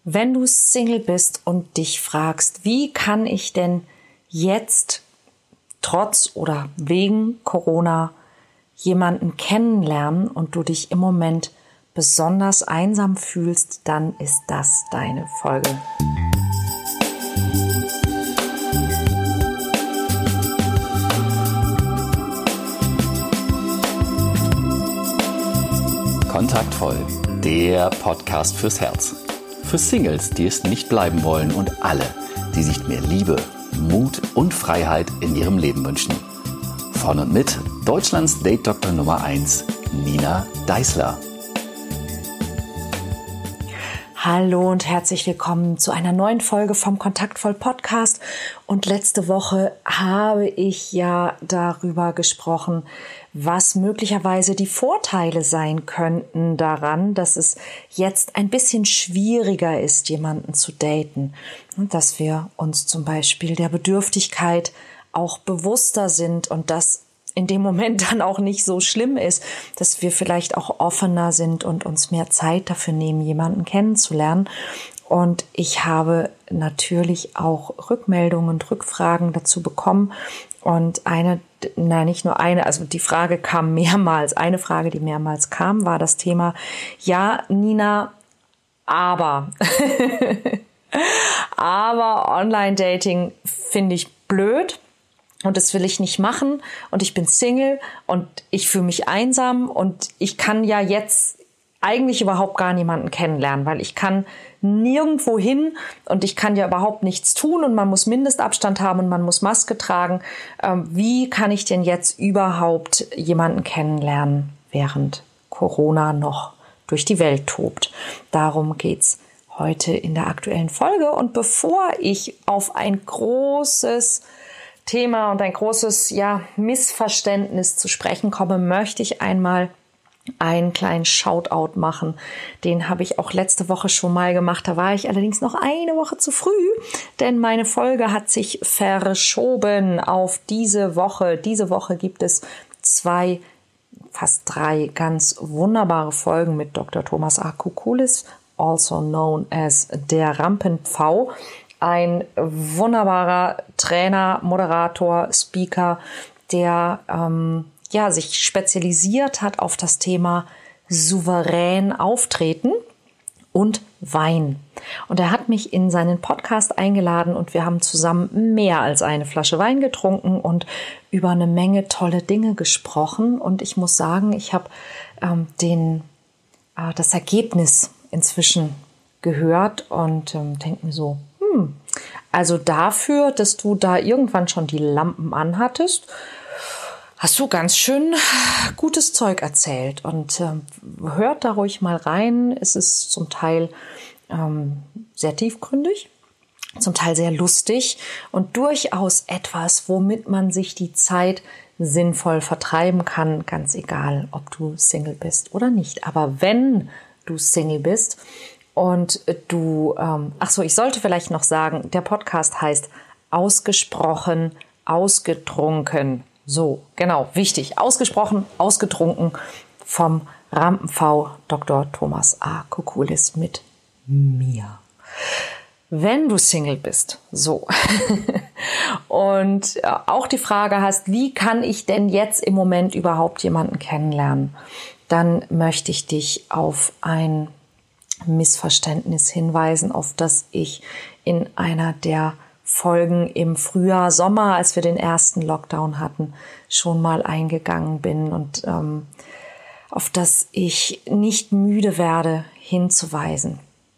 Wenn du Single bist und dich fragst, wie kann ich denn jetzt trotz oder wegen Corona jemanden kennenlernen und du dich im Moment besonders einsam fühlst, dann ist das deine Folge. Kontaktvoll, der Podcast fürs Herz. Für Singles, die es nicht bleiben wollen und alle, die sich mehr Liebe, Mut und Freiheit in ihrem Leben wünschen. Von und mit Deutschlands Date-Doktor Nummer 1, Nina Deißler. Hallo und herzlich willkommen zu einer neuen Folge vom Kontaktvoll Podcast. Und letzte Woche habe ich ja darüber gesprochen, was möglicherweise die Vorteile sein könnten daran, dass es jetzt ein bisschen schwieriger ist, jemanden zu daten. Und dass wir uns zum Beispiel der Bedürftigkeit auch bewusster sind und das in dem Moment dann auch nicht so schlimm ist, dass wir vielleicht auch offener sind und uns mehr Zeit dafür nehmen, jemanden kennenzulernen. Und ich habe natürlich auch Rückmeldungen und Rückfragen dazu bekommen. Und nicht nur eine, also die Frage kam mehrmals. Eine Frage, die mehrmals kam, war das Thema, ja, Nina, aber Online-Dating finde ich blöd. Und das will ich nicht machen und ich bin Single und ich fühle mich einsam und ich kann ja jetzt eigentlich überhaupt gar niemanden kennenlernen, weil ich kann nirgendwo hin und ich kann ja überhaupt nichts tun und man muss Mindestabstand haben und man muss Maske tragen. Wie kann ich denn jetzt überhaupt jemanden kennenlernen, während Corona noch durch die Welt tobt? Darum geht's heute in der aktuellen Folge. Und bevor ich auf ein großes Thema und ein großes Missverständnis zu sprechen komme, möchte ich einmal einen kleinen Shoutout machen. Den habe ich auch letzte Woche schon mal gemacht. Da war ich allerdings noch eine Woche zu früh, denn meine Folge hat sich verschoben auf diese Woche. Diese Woche gibt es 2, fast 3 ganz wunderbare Folgen mit Dr. Thomas A. Kukulis, also known as der Rampenpfau. Ein wunderbarer Trainer, Moderator, Speaker, der sich spezialisiert hat auf das Thema souverän auftreten und Wein. Und er hat mich in seinen Podcast eingeladen und wir haben zusammen mehr als eine Flasche Wein getrunken und über eine Menge tolle Dinge gesprochen. Und ich muss sagen, ich habe das Ergebnis inzwischen gehört und denke mir so, also dafür, dass du da irgendwann schon die Lampen anhattest, hast du ganz schön gutes Zeug erzählt. Und hört da ruhig mal rein. Es ist zum Teil sehr tiefgründig, zum Teil sehr lustig und durchaus etwas, womit man sich die Zeit sinnvoll vertreiben kann, ganz egal, ob du Single bist oder nicht. Aber wenn du Single bist, und du, ich sollte vielleicht noch sagen, der Podcast heißt Ausgesprochen, ausgetrunken. So, genau, wichtig. Ausgesprochen, ausgetrunken vom Rampenpfau Dr. Thomas A. Kukulis mit mir. Wenn du Single bist, so, und auch die Frage hast, wie kann ich denn jetzt im Moment überhaupt jemanden kennenlernen, dann möchte ich dich auf ein Missverständnis hinweisen, auf das ich in einer der Folgen im Frühjahr, Sommer, als wir den ersten Lockdown hatten, schon mal eingegangen bin und auf das ich nicht müde werde hinzuweisen.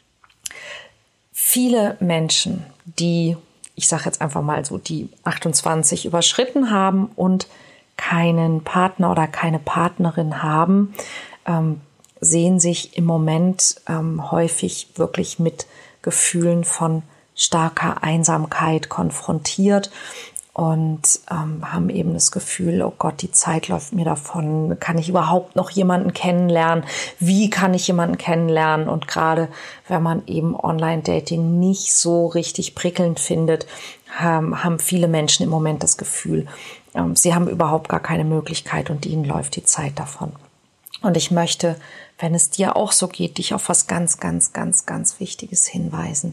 Viele Menschen, die, ich sage jetzt einfach mal so, die 28 überschritten haben und keinen Partner oder keine Partnerin haben, sehen sich im Moment häufig wirklich mit Gefühlen von starker Einsamkeit konfrontiert und haben eben das Gefühl, oh Gott, die Zeit läuft mir davon. Kann ich überhaupt noch jemanden kennenlernen? Wie kann ich jemanden kennenlernen? Und gerade wenn man eben Online-Dating nicht so richtig prickelnd findet, haben viele Menschen im Moment das Gefühl, sie haben überhaupt gar keine Möglichkeit und ihnen läuft die Zeit davon. Und ich möchte wenn es dir auch so geht, dich auf was ganz, ganz, ganz, ganz Wichtiges hinweisen.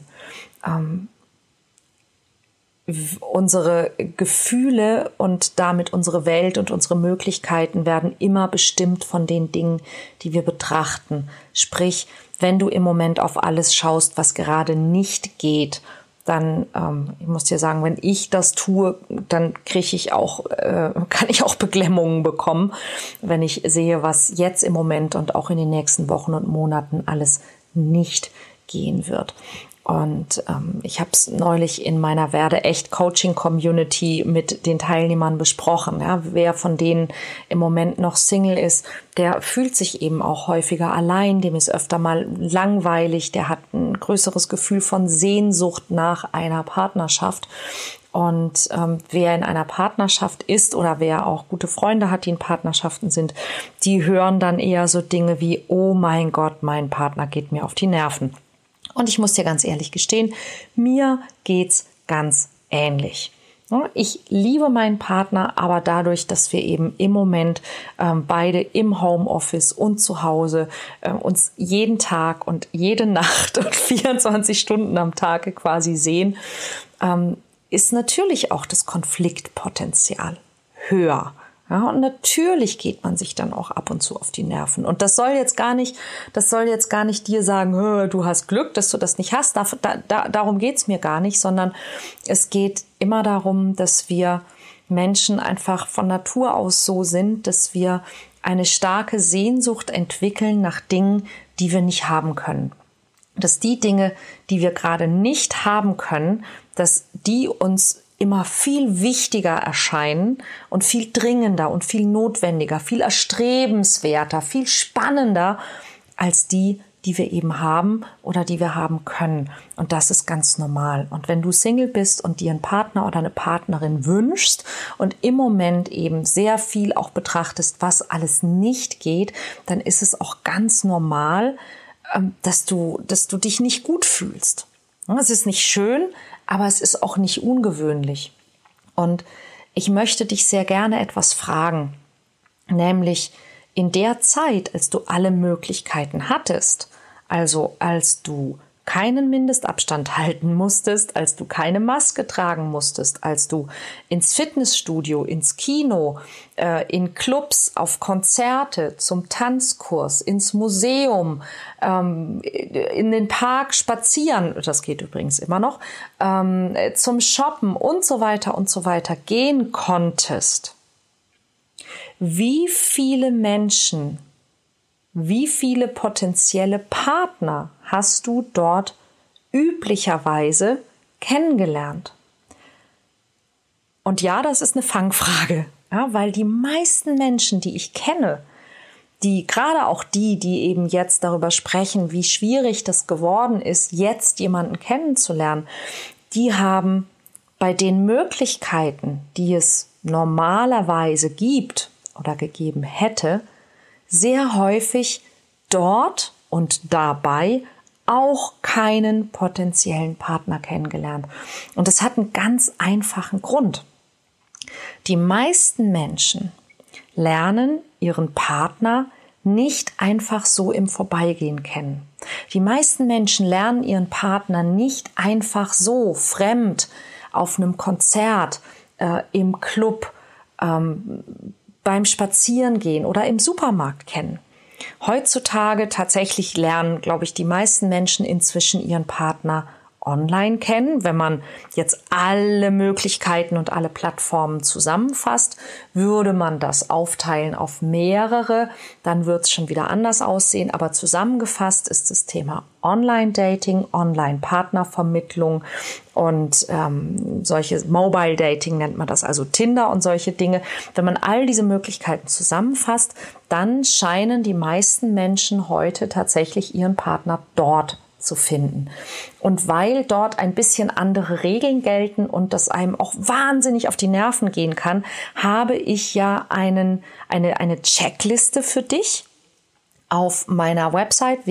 Unsere Gefühle und damit unsere Welt und unsere Möglichkeiten werden immer bestimmt von den Dingen, die wir betrachten. Sprich, wenn du im Moment auf alles schaust, was gerade nicht geht, dann, ich muss dir sagen, wenn ich das tue, dann kann ich auch Beklemmungen bekommen, wenn ich sehe, was jetzt im Moment und auch in den nächsten Wochen und Monaten alles nicht gehen wird. Und ich habe es neulich in meiner Werde-Echt-Coaching-Community mit den Teilnehmern besprochen. Ja, wer von denen im Moment noch Single ist, der fühlt sich eben auch häufiger allein, dem ist öfter mal langweilig, der hat ein größeres Gefühl von Sehnsucht nach einer Partnerschaft. Und wer in einer Partnerschaft ist oder wer auch gute Freunde hat, die in Partnerschaften sind, die hören dann eher so Dinge wie, oh mein Gott, mein Partner geht mir auf die Nerven. Und ich muss dir ganz ehrlich gestehen, mir geht's ganz ähnlich. Ich liebe meinen Partner, aber dadurch, dass wir eben im Moment beide im Homeoffice und zu Hause uns jeden Tag und jede Nacht und 24 Stunden am Tag quasi sehen, ist natürlich auch das Konfliktpotenzial höher. Ja, und natürlich geht man sich dann auch ab und zu auf die Nerven. Und das soll jetzt gar nicht dir sagen, du hast Glück, dass du das nicht hast. Darum geht's mir gar nicht, sondern es geht immer darum, dass wir Menschen einfach von Natur aus so sind, dass wir eine starke Sehnsucht entwickeln nach Dingen, die wir nicht haben können. Dass die Dinge, die wir gerade nicht haben können, dass die uns immer viel wichtiger erscheinen und viel dringender und viel notwendiger, viel erstrebenswerter, viel spannender als die wir eben haben oder die wir haben können. Und das ist ganz normal. Und wenn du Single bist und dir einen Partner oder eine Partnerin wünschst und im Moment eben sehr viel auch betrachtest, was alles nicht geht, dann ist es auch ganz normal, dass du dich nicht gut fühlst. Es ist nicht schön, aber es ist auch nicht ungewöhnlich. Und ich möchte dich sehr gerne etwas fragen, nämlich in der Zeit, als du alle Möglichkeiten hattest, also als du keinen Mindestabstand halten musstest, als du keine Maske tragen musstest, als du ins Fitnessstudio, ins Kino, in Clubs, auf Konzerte, zum Tanzkurs, ins Museum, in den Park spazieren, das geht übrigens immer noch, zum Shoppen und so weiter gehen konntest. Wie viele Menschen, wie viele potenzielle Partner hast du dort üblicherweise kennengelernt? Und ja, das ist eine Fangfrage, ja, weil die meisten Menschen, die ich kenne, gerade auch die eben jetzt darüber sprechen, wie schwierig das geworden ist, jetzt jemanden kennenzulernen, die haben bei den Möglichkeiten, die es normalerweise gibt oder gegeben hätte, sehr häufig dort und dabei auch keinen potenziellen Partner kennengelernt. Und das hat einen ganz einfachen Grund. Die meisten Menschen lernen ihren Partner nicht einfach so im Vorbeigehen kennen. Die meisten Menschen lernen ihren Partner nicht einfach so fremd auf einem Konzert, im Club, beim Spazierengehen oder im Supermarkt kennen. Heutzutage tatsächlich lernen, glaube ich, die meisten Menschen inzwischen ihren Partner online kennen. Wenn man jetzt alle Möglichkeiten und alle Plattformen zusammenfasst, würde man das aufteilen auf mehrere, dann wird es schon wieder anders aussehen. Aber zusammengefasst ist das Thema Online-Dating, Online-Partnervermittlung und solche Mobile-Dating nennt man das, also Tinder und solche Dinge. Wenn man all diese Möglichkeiten zusammenfasst, dann scheinen die meisten Menschen heute tatsächlich ihren Partner dort zu finden. Und weil dort ein bisschen andere Regeln gelten und das einem auch wahnsinnig auf die Nerven gehen kann, habe ich ja eine Checkliste für dich auf meiner Website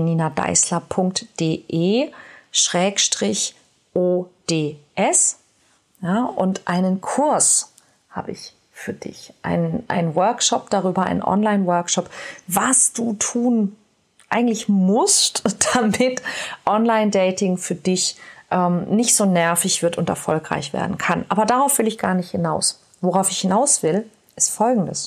www.ninadeisler.de/ODS, ja, und einen Kurs habe ich für dich, ein Workshop darüber, ein Online-Workshop, was du tun eigentlich musst, damit Online-Dating für dich nicht so nervig wird und erfolgreich werden kann. Aber darauf will ich gar nicht hinaus. Worauf ich hinaus will, ist Folgendes.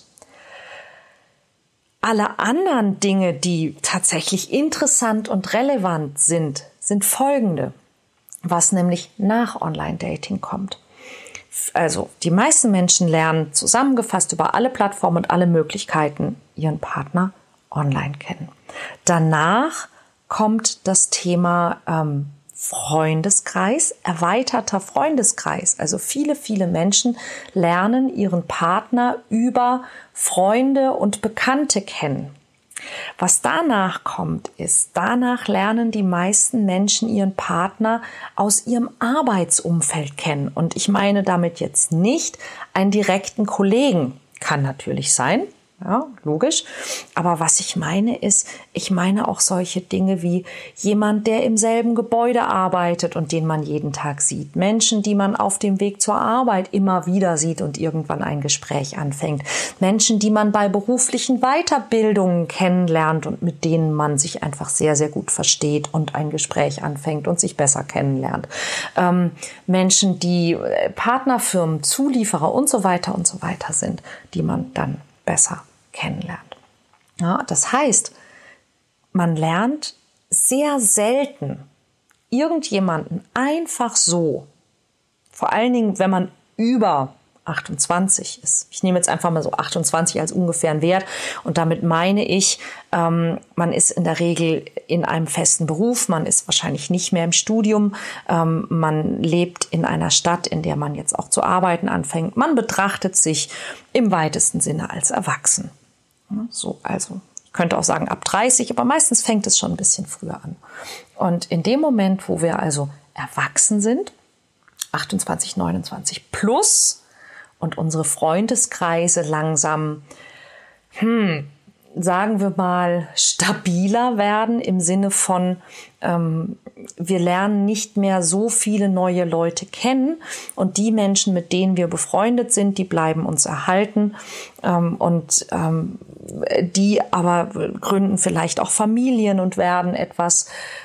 Alle anderen Dinge, die tatsächlich interessant und relevant sind, sind folgende, was nämlich nach Online-Dating kommt. Also die meisten Menschen lernen zusammengefasst über alle Plattformen und alle Möglichkeiten ihren Partner online kennen. Danach kommt das Thema Freundeskreis, erweiterter Freundeskreis. Also viele, viele Menschen lernen ihren Partner über Freunde und Bekannte kennen. Was danach kommt, ist, danach lernen die meisten Menschen ihren Partner aus ihrem Arbeitsumfeld kennen. Und ich meine damit jetzt nicht einen direkten Kollegen. Kann natürlich sein. Ja, logisch. Aber was ich meine ist, ich meine auch solche Dinge wie jemand, der im selben Gebäude arbeitet und den man jeden Tag sieht. Menschen, die man auf dem Weg zur Arbeit immer wieder sieht und irgendwann ein Gespräch anfängt. Menschen, die man bei beruflichen Weiterbildungen kennenlernt und mit denen man sich einfach sehr, sehr gut versteht und ein Gespräch anfängt und sich besser kennenlernt. Menschen, die Partnerfirmen, Zulieferer und so weiter sind, die man dann besser kennenlernt. Ja, das heißt, man lernt sehr selten irgendjemanden einfach so, vor allen Dingen, wenn man über 28 ist. Ich nehme jetzt einfach mal so 28 als ungefähren Wert und damit meine ich, man ist in der Regel in einem festen Beruf, man ist wahrscheinlich nicht mehr im Studium, man lebt in einer Stadt, in der man jetzt auch zu arbeiten anfängt. Man betrachtet sich im weitesten Sinne als erwachsen. So, also ich könnte auch sagen ab 30, aber meistens fängt es schon ein bisschen früher an. Und in dem Moment, wo wir also erwachsen sind, 28, 29 plus, und unsere Freundeskreise langsam, sagen wir mal, stabiler werden im Sinne von, wir lernen nicht mehr so viele neue Leute kennen und die Menschen, mit denen wir befreundet sind, die bleiben uns erhalten und die aber gründen vielleicht auch Familien und werden etwas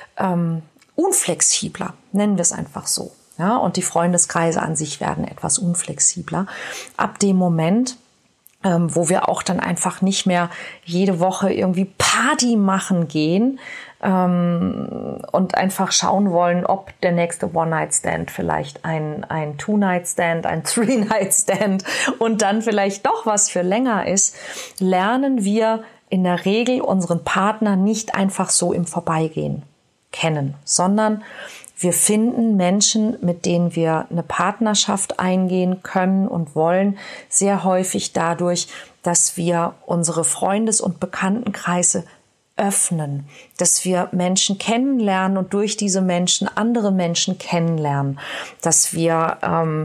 unflexibler, nennen wir es einfach so. Ja, und die Freundeskreise an sich werden etwas unflexibler. Ab dem Moment, wo wir auch dann einfach nicht mehr jede Woche irgendwie Party machen gehen und einfach schauen wollen, ob der nächste One-Night-Stand vielleicht ein Two-Night-Stand, ein Three-Night-Stand und dann vielleicht doch was für länger ist, lernen wir in der Regel unseren Partner nicht einfach so im Vorbeigehen kennen, sondern wir finden Menschen, mit denen wir eine Partnerschaft eingehen können und wollen, sehr häufig dadurch, dass wir unsere Freundes- und Bekanntenkreise öffnen, dass wir Menschen kennenlernen und durch diese Menschen andere Menschen kennenlernen, dass wir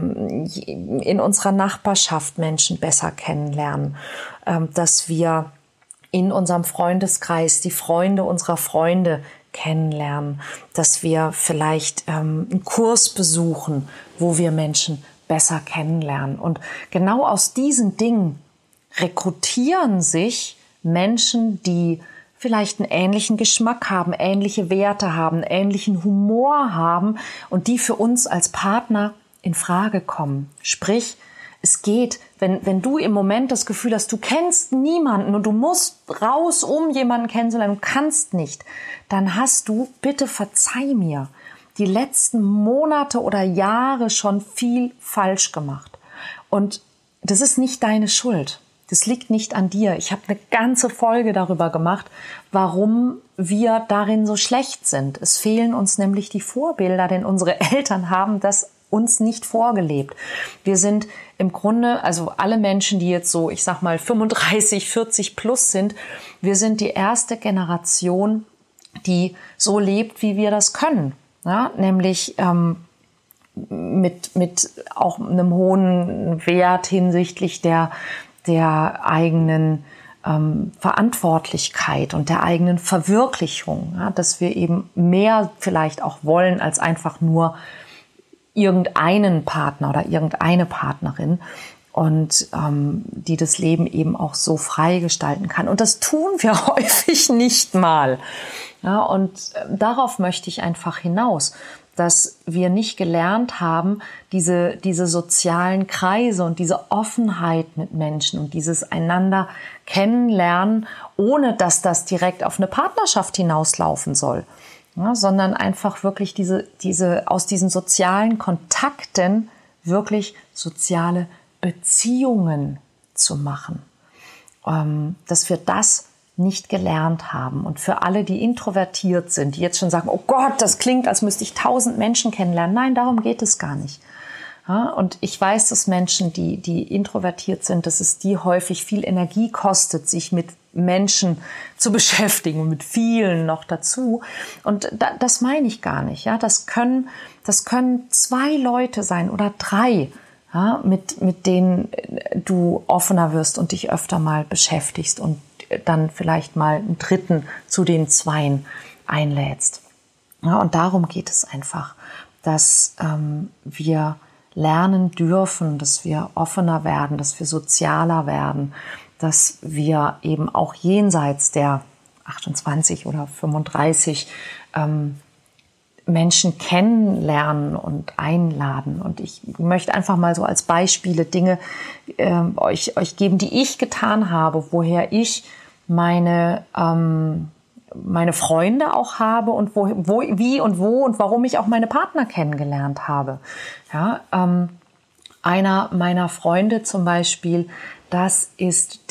in unserer Nachbarschaft Menschen besser kennenlernen, dass wir in unserem Freundeskreis die Freunde unserer Freunde kennenlernen, dass wir vielleicht einen Kurs besuchen, wo wir Menschen besser kennenlernen. Und genau aus diesen Dingen rekrutieren sich Menschen, die vielleicht einen ähnlichen Geschmack haben, ähnliche Werte haben, ähnlichen Humor haben und die für uns als Partner in Frage kommen. Sprich, es geht, wenn du im Moment das Gefühl hast, du kennst niemanden und du musst raus, um jemanden kennenzulernen, du kannst nicht, dann hast du, bitte verzeih mir, die letzten Monate oder Jahre schon viel falsch gemacht. Und das ist nicht deine Schuld. Das liegt nicht an dir. Ich habe eine ganze Folge darüber gemacht, warum wir darin so schlecht sind. Es fehlen uns nämlich die Vorbilder, denn unsere Eltern haben das uns nicht vorgelebt. Wir sind im Grunde, also alle Menschen, die jetzt so, ich sag mal 35, 40 plus sind, wir sind die erste Generation, die so lebt, wie wir das können. Ja, nämlich mit auch einem hohen Wert hinsichtlich der eigenen Verantwortlichkeit und der eigenen Verwirklichung, ja, dass wir eben mehr vielleicht auch wollen als einfach nur irgendeinen Partner oder irgendeine Partnerin. und die das Leben eben auch so frei gestalten kann. Und das tun wir häufig nicht mal. Ja, und darauf möchte ich einfach hinaus, dass wir nicht gelernt haben, diese sozialen Kreise und diese Offenheit mit Menschen und dieses einander kennenlernen, ohne dass das direkt auf eine Partnerschaft hinauslaufen soll, ja, sondern einfach wirklich aus diesen sozialen Kontakten wirklich soziale Beziehungen zu machen, dass wir das nicht gelernt haben. Und für alle, die introvertiert sind, die jetzt schon sagen, oh Gott, das klingt, als müsste ich 1000 Menschen kennenlernen. Nein, darum geht es gar nicht. Ja, und ich weiß, dass Menschen, die introvertiert sind, dass es die häufig viel Energie kostet, sich mit Menschen zu beschäftigen und mit vielen noch dazu. Und das meine ich gar nicht. Ja, das können 2 Leute sein oder 3. Ja, mit denen du offener wirst und dich öfter mal beschäftigst und dann vielleicht mal einen dritten zu den 2 einlädst. Ja, und darum geht es einfach, dass wir lernen dürfen, dass wir offener werden, dass wir sozialer werden, dass wir eben auch jenseits der 28 oder 35 Menschen kennenlernen und einladen. Und ich möchte einfach mal so als Beispiele Dinge euch geben, die ich getan habe, woher ich meine Freunde auch habe und wie und wo und warum ich auch meine Partner kennengelernt habe. Ja, einer meiner Freunde zum Beispiel, das ist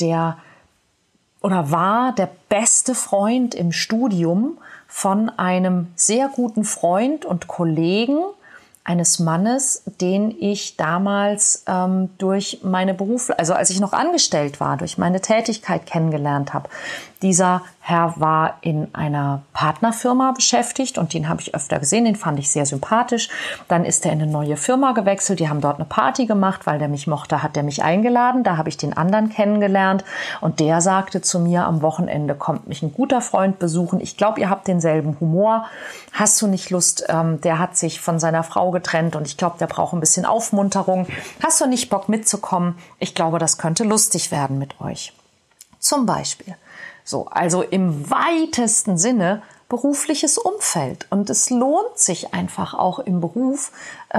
war der beste Freund im Studium von einem sehr guten Freund und Kollegen eines Mannes, den ich damals durch meine also als ich noch angestellt war, durch meine Tätigkeit kennengelernt habe. Dieser Herr war in einer Partnerfirma beschäftigt und den habe ich öfter gesehen, den fand ich sehr sympathisch. Dann ist er in eine neue Firma gewechselt, die haben dort eine Party gemacht, weil der mich mochte, hat der mich eingeladen. Da habe ich den anderen kennengelernt und der sagte zu mir, am Wochenende kommt mich ein guter Freund besuchen. Ich glaube, ihr habt denselben Humor. Hast du nicht Lust? Der hat sich von seiner Frau getrennt und ich glaube, der braucht ein bisschen Aufmunterung. Hast du nicht Bock mitzukommen? Ich glaube, das könnte lustig werden mit euch. Zum Beispiel. So, also im weitesten Sinne berufliches Umfeld. Und es lohnt sich einfach auch im Beruf,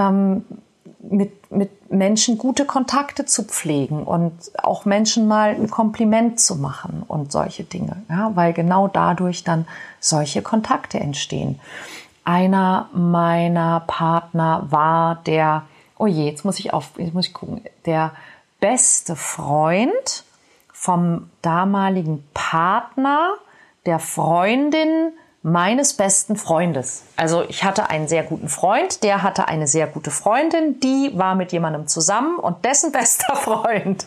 mit Menschen gute Kontakte zu pflegen und auch Menschen mal ein Kompliment zu machen und solche Dinge. Ja, weil genau dadurch dann solche Kontakte entstehen. Einer meiner Partner war jetzt muss ich gucken, der beste Freund vom damaligen Partner der Freundin meines besten Freundes. Also ich hatte einen sehr guten Freund, der hatte eine sehr gute Freundin, die war mit jemandem zusammen und dessen bester Freund.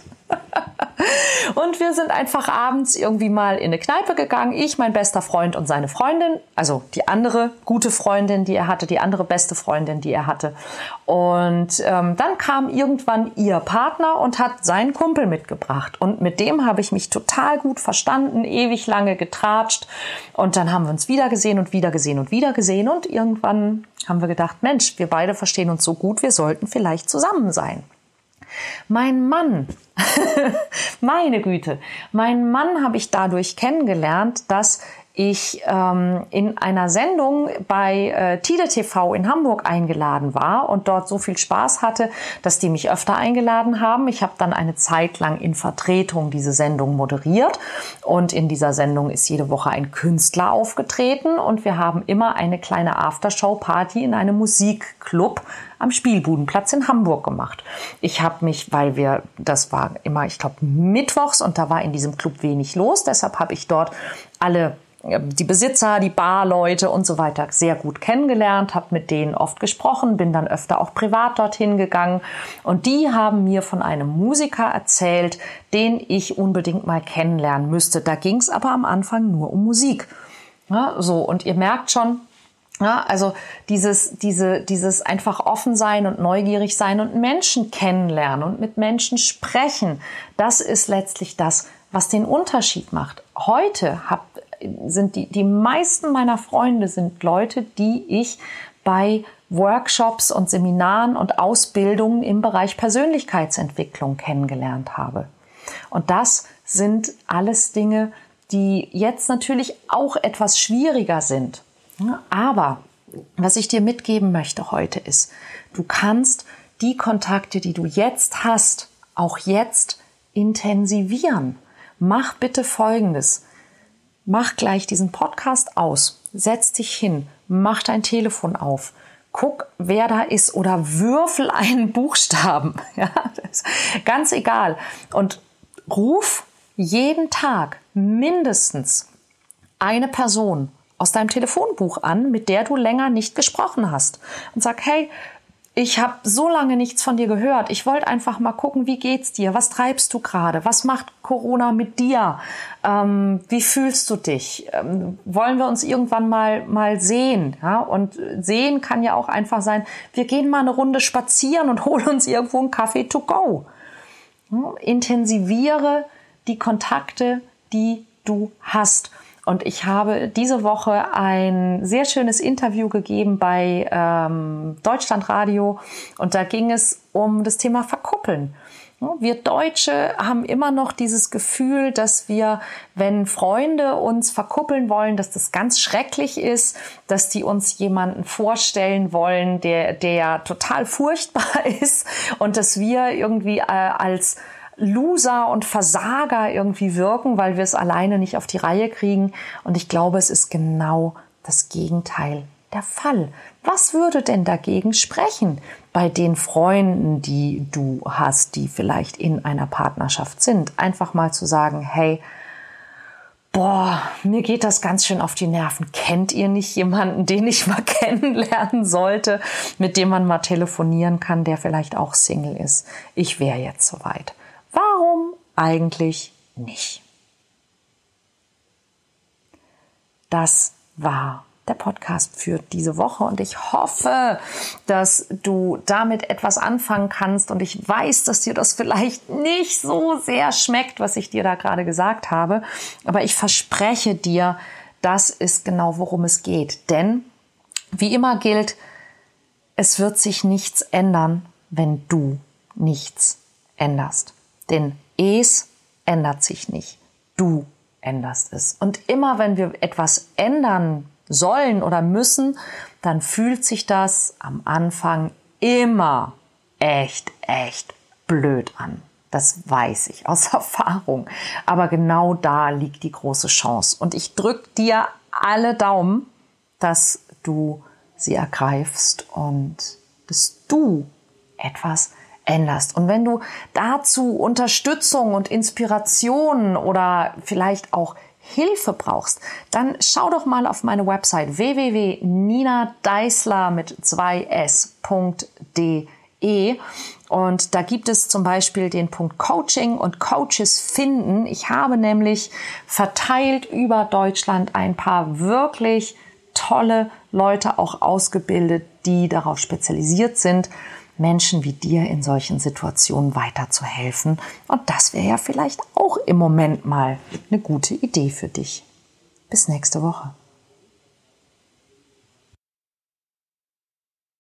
Und wir sind einfach abends irgendwie mal in eine Kneipe gegangen. Ich, mein bester Freund und seine Freundin, also die andere gute Freundin, die er hatte, die andere beste Freundin, die er hatte. Und dann kam irgendwann ihr Partner und hat seinen Kumpel mitgebracht. Und mit dem habe ich mich total gut verstanden, ewig lange getratscht. Und dann haben wir uns wieder gesehen und wieder gesehen und wieder gesehen. Und irgendwann haben wir gedacht, Mensch, wir beide verstehen uns so gut, wir sollten vielleicht zusammen sein. Mein Mann, meine Güte, meinen Mann habe ich dadurch kennengelernt, dass ich in einer Sendung bei Tide TV in Hamburg eingeladen war und dort so viel Spaß hatte, dass die mich öfter eingeladen haben. Ich habe dann eine Zeit lang in Vertretung diese Sendung moderiert und in dieser Sendung ist jede Woche ein Künstler aufgetreten und wir haben immer eine kleine Aftershow-Party in einem Musikclub am Spielbudenplatz in Hamburg gemacht. Ich habe mich, das war immer, ich glaube, mittwochs und da war in diesem Club wenig los, deshalb habe ich dort alle die Besitzer, die Barleute und so weiter sehr gut kennengelernt, habe mit denen oft gesprochen, bin dann öfter auch privat dorthin gegangen und die haben mir von einem Musiker erzählt, den ich unbedingt mal kennenlernen müsste. Da ging es aber am Anfang nur um Musik. Ja, so, und ihr merkt schon, ja, also dieses einfach offen sein und neugierig sein und Menschen kennenlernen und mit Menschen sprechen, das ist letztlich das, was den Unterschied macht. Heute sind die meisten meiner Freunde sind Leute, die ich bei Workshops und Seminaren und Ausbildungen im Bereich Persönlichkeitsentwicklung kennengelernt habe. Und das sind alles Dinge, die jetzt natürlich auch etwas schwieriger sind. Aber was ich dir mitgeben möchte heute ist, du kannst die Kontakte, die du jetzt hast, auch jetzt intensivieren. Mach bitte Folgendes. Mach gleich diesen Podcast aus. Setz dich hin. Mach dein Telefon auf. Guck, wer da ist oder würfel einen Buchstaben. Ja, das ist ganz egal. Und ruf jeden Tag mindestens eine Person aus deinem Telefonbuch an, mit der du länger nicht gesprochen hast. Und sag, hey, ich habe so lange nichts von dir gehört. Ich wollte einfach mal gucken, wie geht's dir? Was treibst du gerade? Was macht Corona mit dir? Wie fühlst du dich? Wollen wir uns irgendwann mal sehen? Ja? Und sehen kann ja auch einfach sein, wir gehen mal eine Runde spazieren und holen uns irgendwo einen Kaffee to go. Intensiviere die Kontakte, die du hast. Und ich habe diese Woche ein sehr schönes Interview gegeben bei Deutschlandradio und da ging es um das Thema Verkuppeln. Wir Deutsche haben immer noch dieses Gefühl, dass wir, wenn Freunde uns verkuppeln wollen, dass das ganz schrecklich ist, dass die uns jemanden vorstellen wollen, der total furchtbar ist und dass wir irgendwie als Loser und Versager irgendwie wirken, weil wir es alleine nicht auf die Reihe kriegen. Und ich glaube, es ist genau das Gegenteil der Fall. Was würde denn dagegen sprechen bei den Freunden, die du hast, die vielleicht in einer Partnerschaft sind? Einfach mal zu sagen, hey, mir geht das ganz schön auf die Nerven. Kennt ihr nicht jemanden, den ich mal kennenlernen sollte, mit dem man mal telefonieren kann, der vielleicht auch Single ist? Ich wäre jetzt soweit. Warum eigentlich nicht? Das war der Podcast für diese Woche und ich hoffe, dass du damit etwas anfangen kannst und ich weiß, dass dir das vielleicht nicht so sehr schmeckt, was ich dir da gerade gesagt habe, aber ich verspreche dir, das ist genau, worum es geht. Denn wie immer gilt, es wird sich nichts ändern, wenn du nichts änderst. Denn es ändert sich nicht. Du änderst es. Und immer wenn wir etwas ändern sollen oder müssen, dann fühlt sich das am Anfang immer echt blöd an. Das weiß ich aus Erfahrung. Aber genau da liegt die große Chance. Und ich drücke dir alle Daumen, dass du sie ergreifst und dass du etwas änderst. Und wenn du dazu Unterstützung und Inspiration oder vielleicht auch Hilfe brauchst, dann schau doch mal auf meine Website www.ninadeisler mit 2s.de und da gibt es zum Beispiel den Punkt Coaching und Coaches finden. Ich habe nämlich verteilt über Deutschland ein paar wirklich tolle Leute auch ausgebildet, die darauf spezialisiert sind, Menschen wie dir in solchen Situationen weiterzuhelfen. Und das wäre ja vielleicht auch im Moment mal eine gute Idee für dich. Bis nächste Woche.